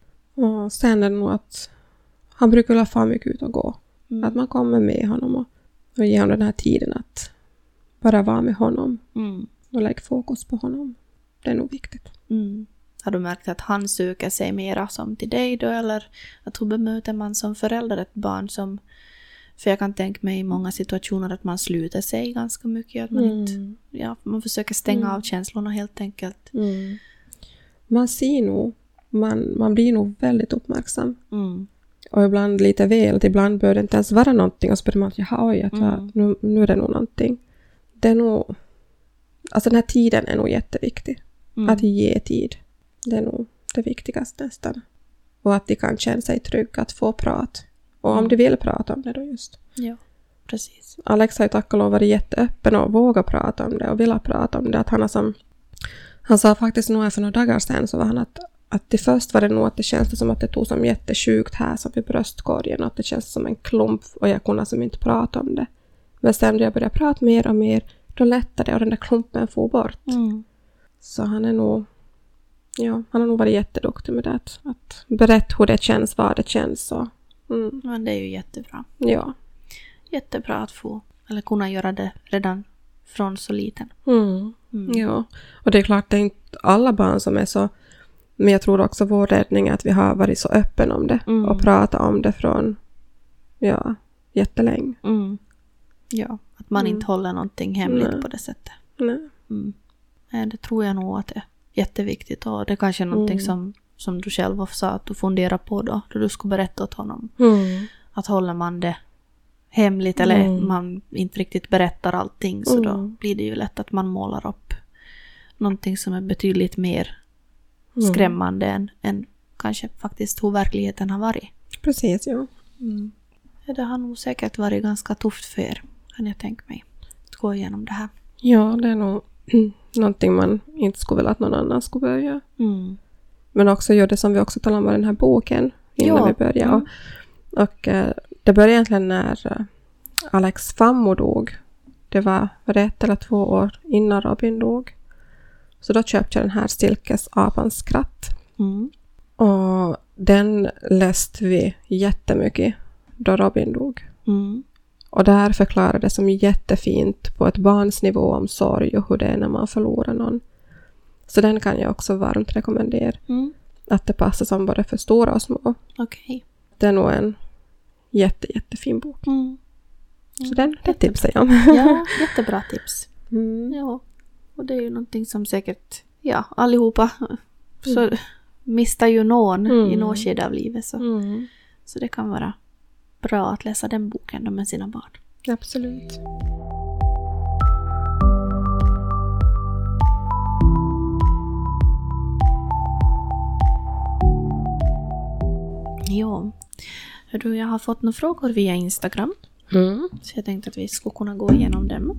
och sen är det nog att han brukar vilja få mycket ut och gå. Mm. Att man kommer med honom och, och ger honom den här tiden att bara vara med honom. Mm. Och lägga fokus på honom. Det är nog viktigt. Mm. Har du märkt att han söker sig mera som till dig då? Eller att hur bemöter man som förälder ett barn som... För jag kan tänka mig i många situationer att man sluter sig ganska mycket. Att man, mm. inte, ja, man försöker stänga mm. av känslorna helt enkelt. Mm. Man ser nog... Man, man blir nog väldigt uppmärksam. Mm. Och ibland lite väl. Att ibland bör det inte ens vara någonting. Och så börjar man att jaha, oj, att mm. nu, nu är det nog någonting. Det är nog... Alltså den här tiden är nog jätteviktig. Mm. Att ge tid. Det är nog det viktigaste nästan. Och att de kan känna sig trygga att få prata. Och om mm. de vill prata om det då just. Ja, precis. Alex har ju tack och lov varit jätteöppen och vågat prata om det. Och vill prata om det. Att han har som... Han sa faktiskt nog för några dagar sedan så var han att... Att det först var det nog att det kändes som att det tog som jättesjukt här som vid bröstkorgen. Och att det känns som en klump och jag kunde som inte prata om det. Men sen när jag började prata mer och mer, då lättade det och den där klumpen får bort. Mm. Så han är nog, ja, han har nog varit jätteduktig med det. Att, att berätta hur det känns, vad det känns. Så. Mm. Men det är ju jättebra. Ja. Jättebra att få, eller kunna göra det redan från så liten. Mm. Mm. Ja, och det är klart det är inte alla barn som är så. Men jag tror också vår räddning är att vi har varit så öppen om det. Mm. Och pratat om det från, ja, jättelänge. Mm. Ja, att man mm. inte håller någonting hemligt Nej. På det sättet. Nej. Mm. Nej, det tror jag nog att det är jätteviktigt. Och det är kanske någonting mm. som, som du själv sa att du funderar på då. Då du skulle berätta åt honom. Mm. Att håller man det hemligt eller mm. man inte riktigt berättar allting. Så mm. då blir det ju lätt att man målar upp någonting som är betydligt mer skrämmande mm. än, än kanske faktiskt hur verkligheten har varit. Precis, ja. Mm. Det har nog säkert varit ganska tufft för er, kan jag tänka mig, att gå igenom det här. Ja, det är nog någonting man inte skulle vilja att någon annan skulle börja. Mm. Men också gör det som vi också talade om i den här boken innan ja. vi började. Mm. Och, och uh, det började egentligen när uh, Alex farmor dog. Det var, var det ett eller två år innan Robin dog. Så då köpte jag den här Silkesapans skratt. Mm. Och den läste vi jättemycket då Robin dog. Mm. Och där förklarade det som jättefint på ett barns nivå om sorg och hur det är när man förlorar någon. Så den kan jag också varmt rekommendera. Mm. Att det passar som både för stora och små. Okej. Okay. Det är nog en jätte, jättefin bok. Mm. Så den, det tipsar jag om. Ja, jättebra tips. Mm. Ja, och det är ju någonting som säkert, ja, allihopa så mm. mistar ju någon mm. i något skede av livet. Så. Mm. så det kan vara bra att läsa den boken då med sina barn. Absolut. Ja, du, jag har fått några frågor via Instagram. Mm. Så jag tänkte att vi skulle kunna gå igenom dem.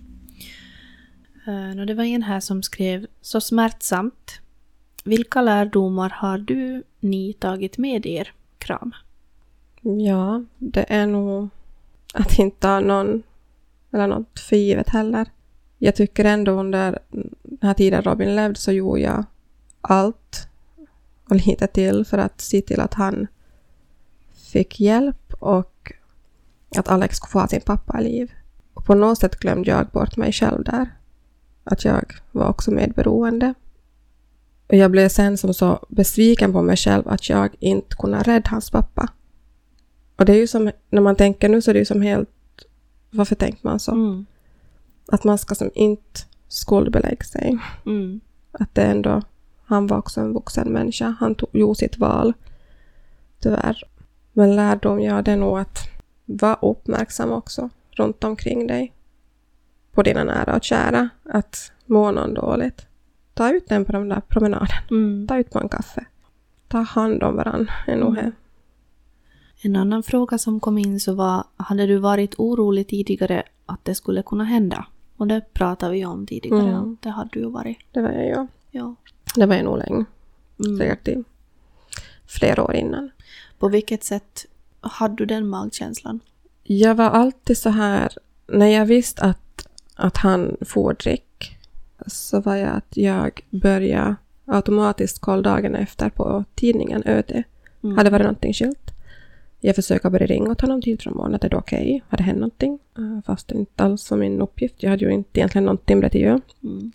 Uh, det var en här som skrev: så smärtsamt. Vilka lärdomar har du ni tagit med er? Kram. Ja, det är nog att inte ha någon eller något för givet heller. Jag tycker ändå under den här tiden Robin levde så gjorde jag allt och lite till för att se till att han fick hjälp och att Alex skulle få ha sin pappa i liv. Och på något sätt glömde jag bort mig själv där. Att jag var också medberoende. Och jag blev sen som så besviken på mig själv att jag inte kunde rädda hans pappa. Och det är ju som, när man tänker nu så är det ju som helt, varför tänkte man så? Mm. Att man ska som inte skuldbelägga sig. Mm. Att det ändå, han var också en vuxen människa. Han tog, gjorde sitt val. Tyvärr. Men lärdom, ja, det är nog att vara uppmärksam också runt omkring dig. På dina nära och kära. Att må någon dåligt. Ta ut den på den där promenaden. Mm. Ta ut på en kaffe. Ta hand om varandra. Är nog här. En annan fråga som kom in så var: hade du varit orolig tidigare att det skulle kunna hända? Och det pratade vi om tidigare. Mm. Det hade du varit. Det var jag, ja. ja. Det var jag nog länge. Mm. Säkert i flera år innan. På vilket sätt hade du den magkänslan? Jag var alltid så här, när jag visste att, att han får drick, så var jag att jag började automatiskt kolla dagen efter på tidningen Ö T. Mm. Hade varit någonting skilt. Jag försöker börja ringa och ta någon tid från morgonen. Är det okej? Okay? Hade hänt någonting? Fast det inte alls som min uppgift. Jag hade ju inte egentligen någonting med det att göra. Mm.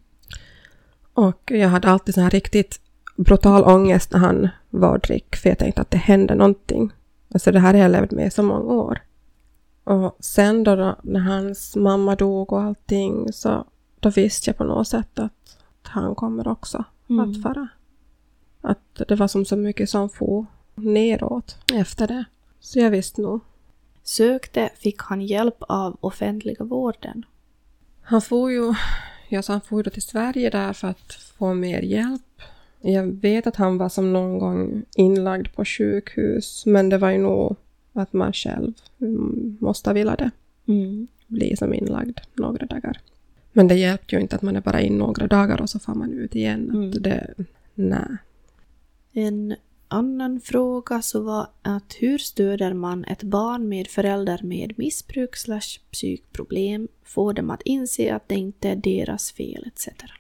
Och jag hade alltid så här riktigt brutal ångest när han var drick. För jag tänkte att det hände någonting. Alltså det här har jag levt med så många år. Och sen då, då när hans mamma dog och allting, så då visste jag på något sätt att, att han kommer också mm. att fara. Att det var som så mycket som får neråt efter det. Så jag visste nog. Sökte, fick han hjälp av offentliga vården? Han får ju, ja, så han får ju då till Sverige där för att få mer hjälp. Jag vet att han var som någon gång inlagd på sjukhus. Men det var ju nog att man själv måste vilja det. Mm. Bli som inlagd några dagar. Men det hjälpte ju inte att man är bara in några dagar och så får man ut igen. Mm. Att det, nej. En annan fråga så var att hur stöder man ett barn med föräldrar med missbruk slash psykproblem, får dem att inse att det inte är deras fel et cetera.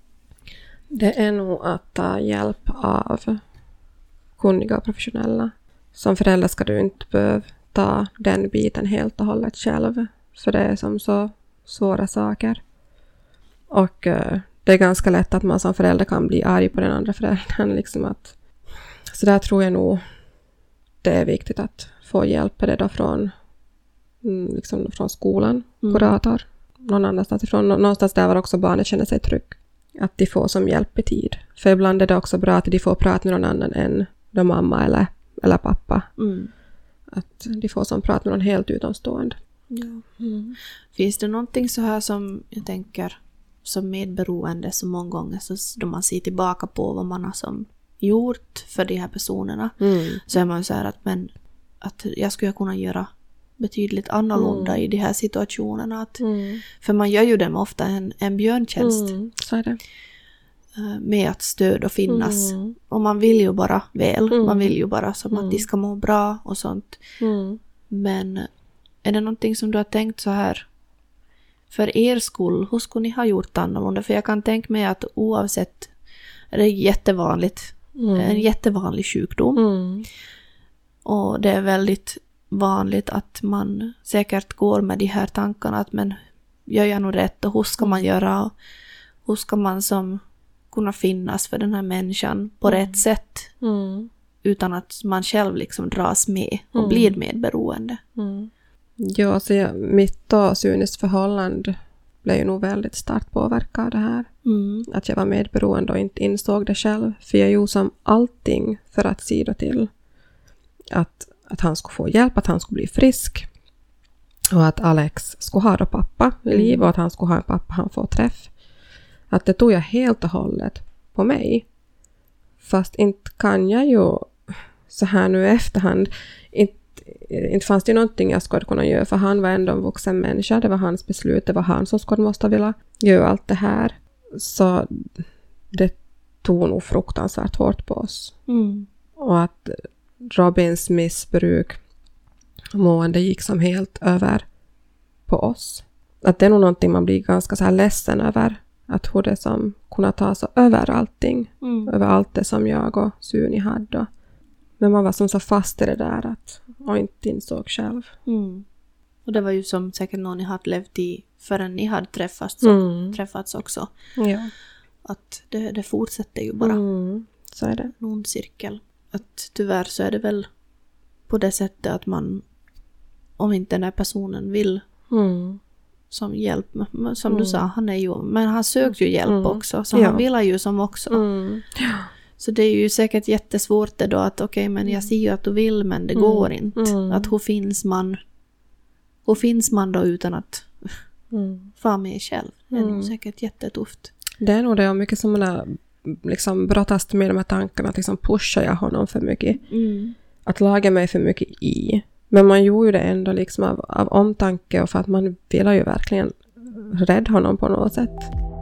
Det är nog att ta hjälp av kunniga och professionella. Som förälder ska du inte behöva ta den biten helt och hållet själv. För det är som så svåra saker. Och uh, det är ganska lätt att man som förälder kan bli arg på den andra föräldern. Liksom att, så där tror jag nog det är viktigt att få hjälp med det då från, liksom från skolan, mm. kurator. Någon annanstans ifrån. Någonstans där var också barnet känner sig trygg. Att de får som hjälp i tid. För ibland är det också bra att de får prata med någon annan än då mamma eller, eller pappa. Mm. Att de får som prata med någon helt utomstående. Ja. Mm. Finns det någonting så här som jag tänker som medberoende så många gånger så då man ser tillbaka på vad man har som gjort för de här personerna mm. så är man ju så här att, men, att jag skulle kunna göra betydligt annorlunda mm. i de här situationerna. Att, mm. För man gör ju dem ofta en, en björntjänst mm. så är det. Med att stöd och finnas. Mm. Och man vill ju bara väl. Mm. Man vill ju bara som mm. att de ska må bra och sånt. Mm. Men är det någonting som du har tänkt så här för er skull? Hur skulle ni ha gjort annorlunda? För jag kan tänka mig att oavsett det är jättevanligt. Mm. En jättevanlig sjukdom. Mm. Och det är väldigt vanligt att man säkert går med de här tankarna att men gör jag nog rätt och hur ska man göra och hur ska man som kunna finnas för den här människan på mm. rätt sätt. Mm. utan att man själv liksom dras med och Mm. blir medberoende. Mm. Ja, så jag, mitt och Sunis förhållande blev ju nog väldigt starkt påverkad av det här. Mm. Att jag var medberoende och inte insåg det själv. För jag gjorde som allting för att se då till att, att han skulle få hjälp, att han skulle bli frisk. Och att Alex skulle ha då pappa i liv Mm. och att han skulle ha en pappa han får träff. Att det tog jag helt och hållet på mig. Fast inte kan jag ju så här nu i efterhand. Inte, inte fanns det någonting jag skulle kunna göra, för han var ändå en vuxen människa. Det var hans beslut, det var han som skulle måste vilja göra allt det här. Så det tog nog fruktansvärt hårt på oss. Mm. Och att Robins missbruk mående gick som helt över på oss. Att det är nog någonting man blir ganska så här ledsen över. Att hur det som kunde ta sig över allting. Mm. Över allt det som jag och Suni hade. Men man var som så fast i det där att och inte insåg själv. Mm. Och det var ju som säkert någon ni hade levt i förrän ni hade träffats, så, Mm. träffats också. Ja. Att det, det fortsätter ju bara. Mm. Så är det. En ond cirkel. Att tyvärr så är det väl på det sättet att man, om inte den här personen vill Mm. som hjälp, men som Mm. du sa, han är ju, men han söker ju hjälp Mm. också, så Ja. han vill ju som också. Mm. Så det är ju säkert jättesvårt det då att okej, okay, men jag ser ju att du vill, men det Mm. går inte. Mm. Att hur finns man hur finns man då utan att Mm. få med själv? Det är Mm. nog säkert jättetufft. Det är nog det, och mycket som man har liksom brottats med de här tankarna, att liksom pushar jag honom för mycket. Mm. Att laga mig för mycket i. Men man gjorde ju det ändå liksom av, av omtanke och för att man ville ju verkligen rädda honom på något sätt.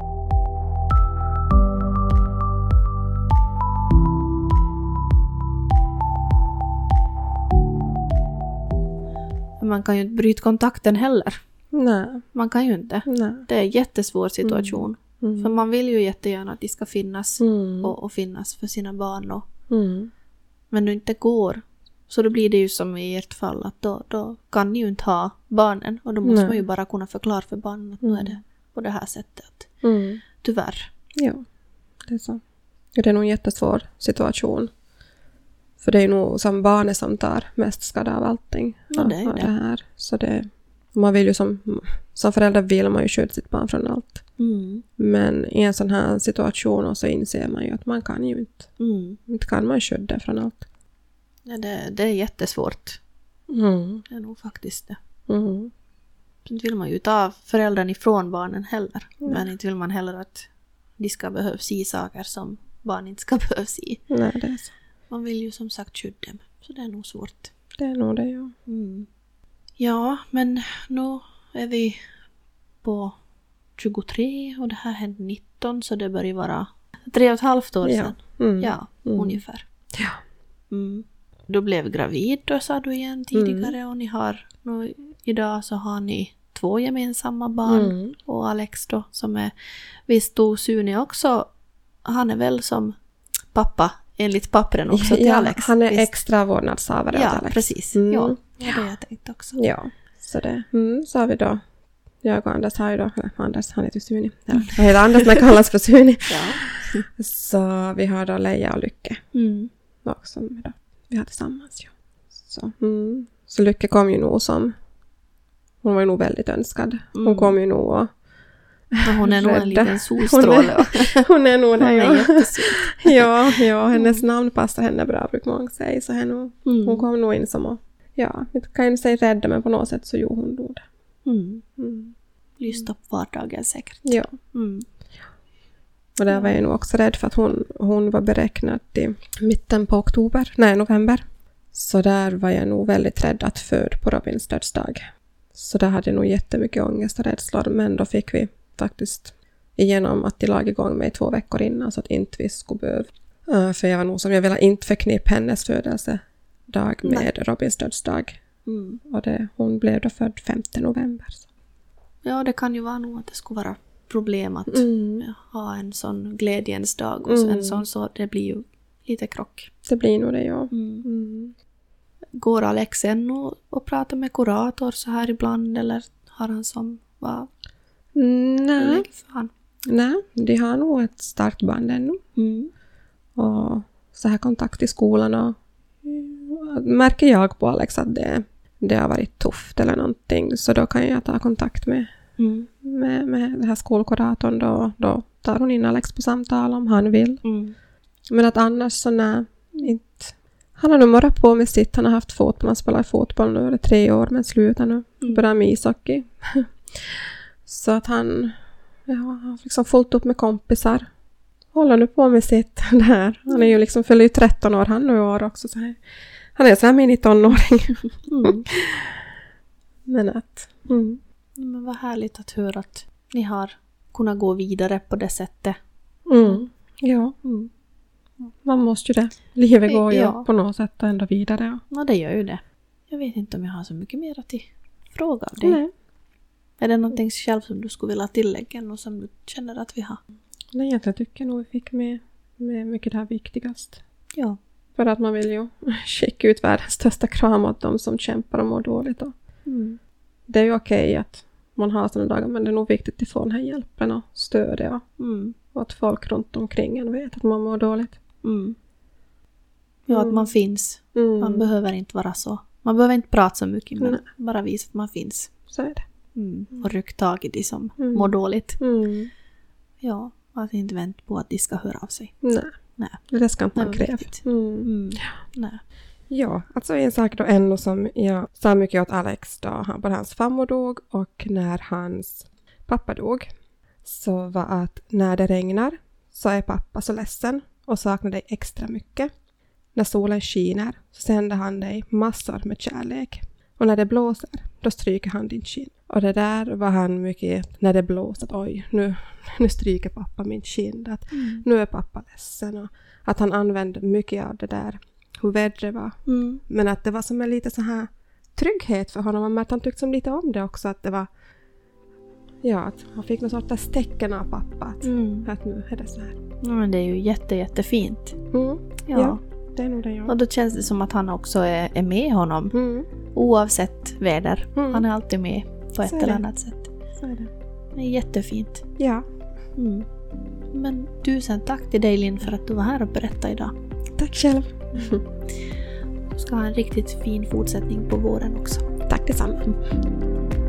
Man kan ju inte bryta kontakten heller. Nej. Man kan ju inte. Nej. Det är en jättesvår situation. Mm. För man vill ju jättegärna att de ska finnas Mm. och, och finnas för sina barn. Och, Mm. men det inte går. Så då blir det ju som i ert fall att då, då kan ni ju inte ha barnen. Och då måste Nej. man ju bara kunna förklara för barnen att nu är det på det här sättet. Mm. Tyvärr. Ja, det är så. Det är nog en jättesvår situation. För det är nog som barnet som tar mest skada av allting. Ja, det är ju av det. det här. Så det, man vill ju som, som förälder vill man ju skydda sitt barn från allt. Mm. Men i en sån här situation så inser man ju att man kan ju inte. Mm. Inte kan man skydda det från allt. Ja, det, det är jättesvårt. Mm. Det är nog faktiskt det. Mm. Inte vill man ju ta föräldern ifrån barnen heller. Mm. Men inte vill man heller att de ska behöva se saker som barn inte ska behöva se. Nej, det är så. Man vill ju som sagt skydda dem. Så det är nog svårt. Det är nog det, ja. Mm. Ja, men nu är vi på tjugotre och det här hände nitton, så det börjar vara tre och ett halvt år Ja. sedan. Mm. Ja, Mm. ungefär. Ja. Mm. Du blev gravid då, sa du igen tidigare, och ni har nu, idag så har ni två gemensamma barn. Mm. Och Alex då, som är, visst tog Suni också, han är väl som pappa enligt pappren också till Ja, Alex. han är visst? extra vårdnadshavare Ja, åt Alex. precis. Mm. Ja, det var det jag tänkte också. Ja, så det. Mm, så har vi då. Jag och Anders har ju då, eller Anders, han heter Suni. Ja, jag heter Anders men kallas för Suni. Ja. Så vi har då Leia och Lycke. Mm. Och som vi, då, vi har tillsammans, ja. Så, mm. så Lycke kom ju nog som, hon var ju nog väldigt önskad. Hon Mm. kom ju nog och Men hon är nog en rädda. liten solstråle. Hon är, hon är nog det, Hon är ja. jättesöt. ja. Ja, hennes namn passar henne bra, brukar man säga. Så henne, Mm. hon kom nog in som att, ja, inte kan ju säga rädda, men på något sätt så gjorde hon nog det. Mm. Mm. Lyssna på vardagen säkert. Ja. Mm. Och där var jag nog också rädd för att hon, hon var beräknad till mitten på oktober, nej november. Så där var jag nog väldigt rädd att föda på Robins dödsdag. Så där hade jag nog jättemycket ångest och rädslor, men då fick vi faktiskt igenom att de lag igång mig två veckor innan så att inte vi skulle behöva. Uh, för jag var nog som, jag ville inte förknippa hennes födelsedag med Nej. Robins dödsdag. Mm. Och det, hon blev då född femte november. Så. Ja, det kan ju vara nog att det skulle vara problem att Mm. ha en sån glädjens dag och så Mm. en sån, så det blir ju lite krock. Det blir nog det, ja. Mm. Mm. Går Alex ännu och pratar med kurator så här ibland, eller har han som vad Nej. lägger för han? Nej, de har nog ett starkt band ännu. Mm. Och så här kontakt i skolan och märker jag på Alex att det, det har varit tufft eller någonting, så då kan jag ta kontakt med, mm. med, med den här skolkuratorn. Då, då tar hon in Alex på samtal om han vill. Mm. Men att annars så nej, inte. Han har nog morrat på med sitt. Han har haft fotboll. Han spelar fotboll nu. Det är tre år men slutar nu. Mm. Börjar med ishockey. Så att han ja, har liksom fullt upp med kompisar. Håller nu på med sitt där. Han är ju liksom, fyller ju tretton år han nu i år också. Så här. Han är så här mini-tonåring. Mm. Men att... Mm. Men vad härligt att höra att ni har kunnat gå vidare på det sättet. Mm. Ja. Mm. Man måste ju det. Livet går ju ja. på något sätt ändå vidare. Ja. ja, det gör ju det. Jag vet inte om jag har så mycket mer att fråga av dig. Nej. Är det någonting själv som du skulle vilja tillägga och som du känner att vi har? Nej, jag tycker nog vi fick med, med mycket det här viktigast. Ja. För att man vill ju skicka ut världens största kram åt dem som kämpar och mår dåligt. Då. Mm. Det är ju okej att man har sådana dagar, men det är nog viktigt att få den här hjälpen och stöd. Ja. Mm. Och att folk runt omkring en vet att man mår dåligt. Mm. Ja, att man finns. Mm. Man behöver inte vara så. Man behöver inte prata så mycket, men Nej. bara visa att man finns. Så är det. Mm. Och ryck tag i de som mm. mår dåligt. Mm. Ja, att inte vänta på att de ska höra av sig. Nej, Nej. det ska inte man kräva. Mm. Mm. Nej. Ja, alltså en sak då ännu som jag sa mycket åt Alex då, han, både hans farmor dog och när hans pappa dog, så var att när det regnar så är pappa så ledsen och saknar dig extra mycket. När solen skiner så sänder han dig massor med kärlek. Och när det blåser, då stryker han din kind. Och det där var han mycket, när det blåser, att oj, nu, nu stryker pappa min kind. Att mm. nu är pappa ledsen. Och att han använde mycket av det där, hur vädret var. Mm. Men att det var som en lite så här trygghet för honom. Men att han tyckte som lite om det också. Att det var, ja, att han fick någon sorts tecken av pappa. Att, mm. att nu är det så här. Ja, men det är ju jätte, jättefint. Mm. Ja. ja. Det är nog det, ja. Och då känns det som att han också är, är med honom. Mm. Oavsett väder. Mm. Han är alltid med på ett eller annat sätt. Så är det. Det är jättefint. Ja. Mm. Men tusen tack till dig, Linn, för att du var här och berättade idag. Tack själv. Du ska ha en riktigt fin fortsättning på våren också. Tack detsamma.